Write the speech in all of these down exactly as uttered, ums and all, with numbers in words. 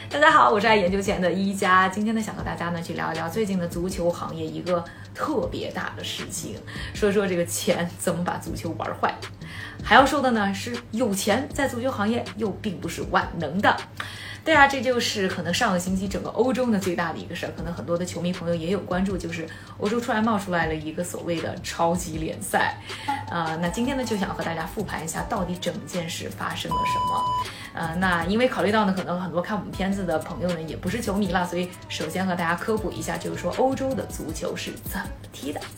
大家好，我是爱研究钱的一加。今天呢，想和大家呢去聊一聊最近的足球行业一个特别大的事情，说说这个钱怎么把足球玩坏。还要说的呢是，有钱在足球行业又并不是万能的。对啊，这就是可能上个星期整个欧洲呢最大的一个事儿，可能很多的球迷朋友也有关注，就是欧洲突然冒出来了一个所谓的超级联赛。呃，那今天呢就想和大家复盘一下，到底整件事发生了什么。呃，那因为考虑到呢，可能很多看我们片子的朋友呢也不是球迷了，所以首先和大家科普一下，就是说欧洲的足球是怎么踢的。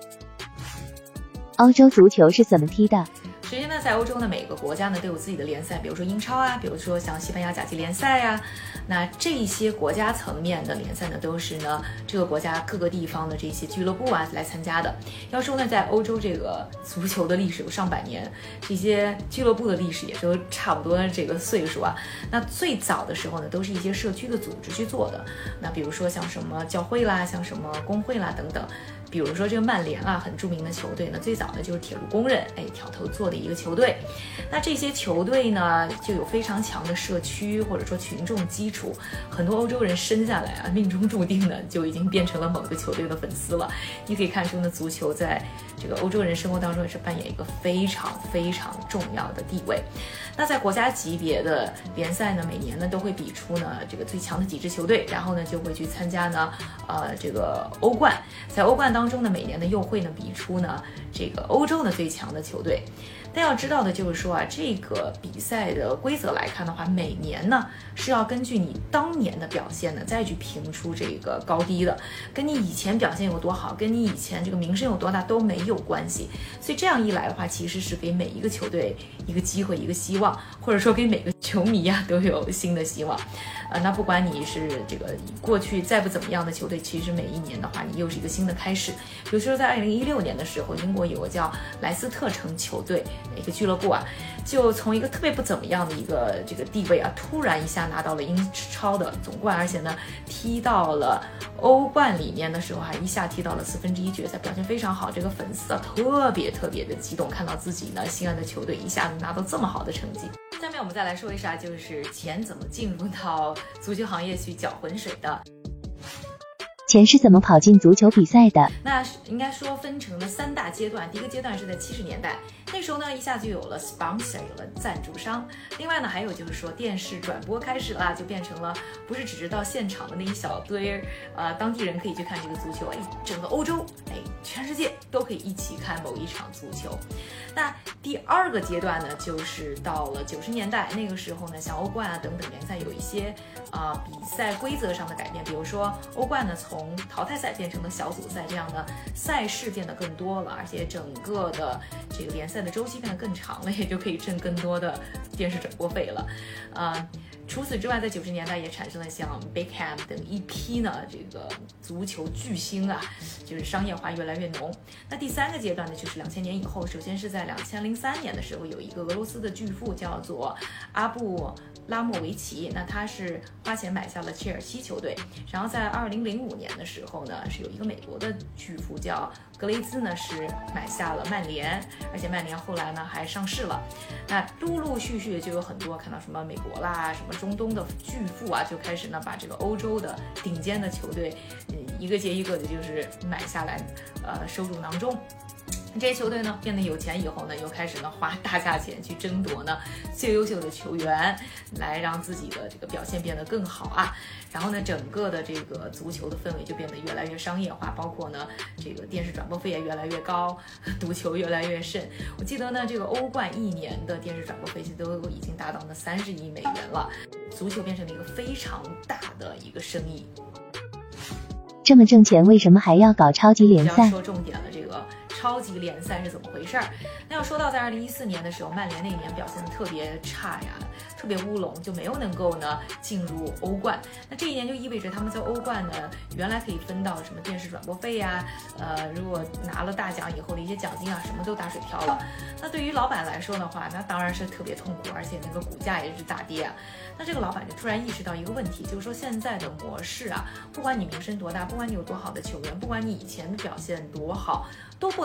欧洲足球是怎么踢的？ 首先呢，在欧洲呢，每个国家呢都有自己的联赛，比如说英超啊，比如说像西班牙甲级联赛啊，那这些国家层面的联赛呢，都是呢这个国家各个地方的这些俱乐部啊来参加的。要说呢，在欧洲这个足球的历史有上百年，这些俱乐部的历史也都差不多这个岁数啊。那最早的时候呢，都是一些社区的组织去做的。那比如说像什么教会啦，像什么工会啦等等。比如说这个曼联啊，很著名的球队呢，最早呢就是铁路工人哎挑头做的一个球队。那这些球队呢，就有非常强的社区或者说群众基础，很多欧洲人生下来啊，命中注定呢就已经变成了某个球队的粉丝了。你可以看出呢，足球在这个欧洲人生活当中也是扮演一个非常非常重要的地位。那在国家级别的联赛呢，每年呢都会比出呢这个最强的几支球队，然后呢就会去参加呢呃这个欧冠，在欧冠当中呢，每年呢又会呢比出呢这个欧洲的最强的球队。但要知道的就是说啊，这个比赛的规则来看的话，每年呢是要根据你当年的表现呢再去评出这个高低的，跟你以前表现有多好，跟你以前这个名声有多大都没有关系。所以这样一来的话，其实是给每一个球队一个机会，一个希望，或者说给每个球迷啊都有新的希望。呃，那不管你是这个过去再不怎么样的球队，其实每一年的话，你又是一个新的开始。比如说在二零一六年的时候，英国有个叫莱斯特城球队一个俱乐部啊，就从一个特别不怎么样的一个这个地位啊，突然一下拿到了英超的总冠，而且呢，踢到了欧冠里面的时候，还一下踢到了四分之一决赛，表现非常好。这个粉丝啊，特别特别的激动，看到自己呢心爱的球队一下子拿到这么好的成绩。下面我们再来说一下，就是钱怎么进入到足球行业去搅浑水的。 钱是怎么跑进足球比赛的？ 那应该说分成了三大阶段。第一个阶段是在七十年代，那时候呢一下就有了 sponsor， 有了赞助商。另外呢还有就是说电视转播开始啦，就变成了不是只是到现场的那一小堆呃当地人可以去看这个足球，哎，整个欧洲，哎，全世界都可以一起看某一场足球。那第二个阶段呢，就是到了九十年代，那个时候呢，像欧冠啊等等联赛有一些啊、呃、比赛规则上的改变，比如说欧冠呢从淘汰赛变成了小组赛，这样的赛事变得更多了，而且整个的这个联赛的周期变得更长了，也就可以挣更多的电视转播费了。呃，除此之外，在九十年代也产生了像 Beckham 等一批呢这个足球巨星啊，就是商业化越来越浓。那第三个阶段呢，就是两千年以后，首先是在两千零三年的时候，有一个俄罗斯的巨富叫做阿布拉莫维奇，那他是花钱买下了切尔西球队。然后在二零零五年的时候呢，是有一个美国的巨富叫格雷兹呢，是买下了曼联，而且曼联后来呢还上市了。那陆陆续续就有很多看到什么美国啦、什么中东的巨富啊，就开始呢把这个欧洲的顶尖的球队，嗯，一个接一个的就是买下来，呃，收入囊中。这些球队呢变得有钱以后呢，又开始呢花大价钱去争夺呢最优秀的球员，来让自己的这个表现变得更好啊。然后呢，整个的这个足球的氛围就变得越来越商业化，包括呢这个电视转播费也越来越高，赌球越来越甚。我记得呢，这个欧冠一年的电视转播费都已经达到了三十亿美元了，足球变成了一个非常大的一个生意。 这么挣钱，为什么还要搞超级联赛？ 要说重点了，这个超级联赛是怎么回事儿？那要说到在二零一四年的时候，曼联那一年表现的特别差呀，特别乌龙，就没有能够呢进入欧冠。那这一年就意味着他们在欧冠呢，原来可以分到什么电视转播费呀，呃，如果拿了大奖以后的一些奖金啊，什么都打水漂了。那对于老板来说的话，那当然是特别痛苦，而且那个股价也是大跌啊。那这个老板就突然意识到一个问题，就是说现在的模式啊，不管你名声多大，不管你有多好的球员，不管你以前的表现多好，都不能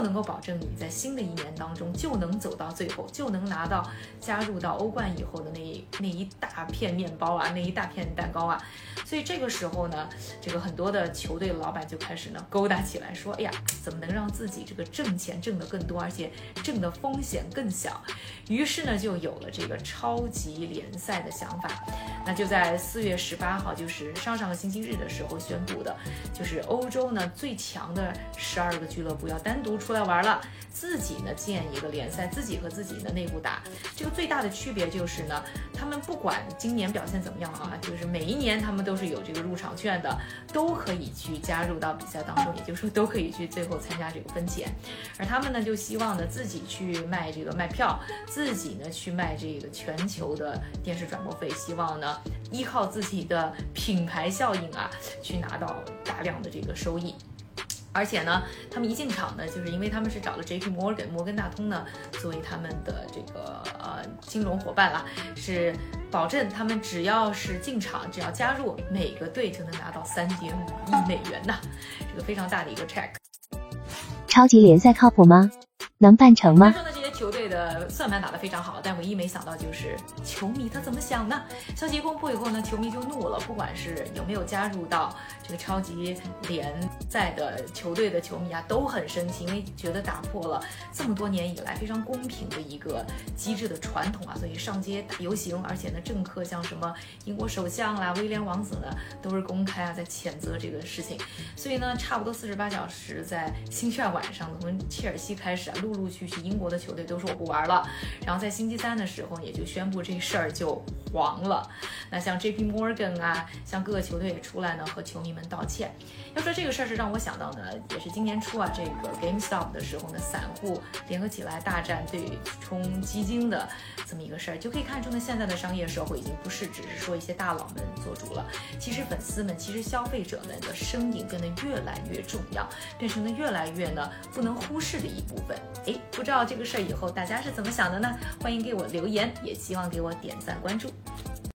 能够保证你在新的一年当中就能走到最后，就能拿到加入到欧冠以后的那一那一大片面包啊，那一大片蛋糕啊。所以这个时候呢，这个很多的球队的老板就开始呢勾搭起来，说，哎呀，怎么能让自己这个挣钱挣得更多，而且挣的风险更小？于是呢，就有了这个超级联赛的想法。那就在四月十八号，就是上上个星期日的时候宣布的，就是欧洲呢最强的十二个俱乐部要单独出来玩了，自己呢建一个联赛，自己和自己的内部打。这个最大的区别就是呢，他们不管今年表现怎么样啊，就是每一年他们都是有这个入场券的，都可以去加入到比赛当中，也就是说都可以去最后参加这个分钱。而他们呢就希望呢自己去卖这个卖票，自己呢去卖这个全球的电视转播费，希望呢依靠自己的品牌效应啊，去拿到大量的这个收益。而且呢，他们一进场呢，就是因为他们是找了 J P Morgan 摩根大通呢作为他们的这个呃金融伙伴啦，是保证他们只要是进场，只要加入，每个队就能拿到三点五亿美元呐，这个非常大的一个 check。 超级联赛靠谱吗？能办成吗？ 说呢，这些球队的算盘打得非常好，但唯一没想到就是球迷他怎么想呢？消息一公布以后呢，球迷就怒了。不管是有没有加入到这个超级联赛的球队的球迷啊，都很生气，因为觉得打破了这么多年以来非常公平的一个机制的传统啊，所以上街打游行，而且呢，政客像什么英国首相啦、威廉王子呢，都是公开啊在谴责这个事情。所以呢，差不多四十八小时，在星期二晚上，从切尔西开始啊，陆陆续续英国的球队都说我不玩了，然后在星期三的时候也就宣布这事儿就黄了。那像 J P Morgan 啊，像各个球队也出来呢和球迷们道歉。要说这个事儿是让我想到呢，也是今年初啊，这个 GameStop 的时候呢，散户联合起来大战对冲基金的这么一个事儿，就可以看出呢，现在的商业社会已经不是只是说一些大佬们做主了，其实粉丝们，其实消费者们的身影变得越来越重要，变成了越来越呢不能忽视的一部分。哎，不知道这个事儿以后大家是怎么想的呢？欢迎给我留言，也希望给我点赞关注。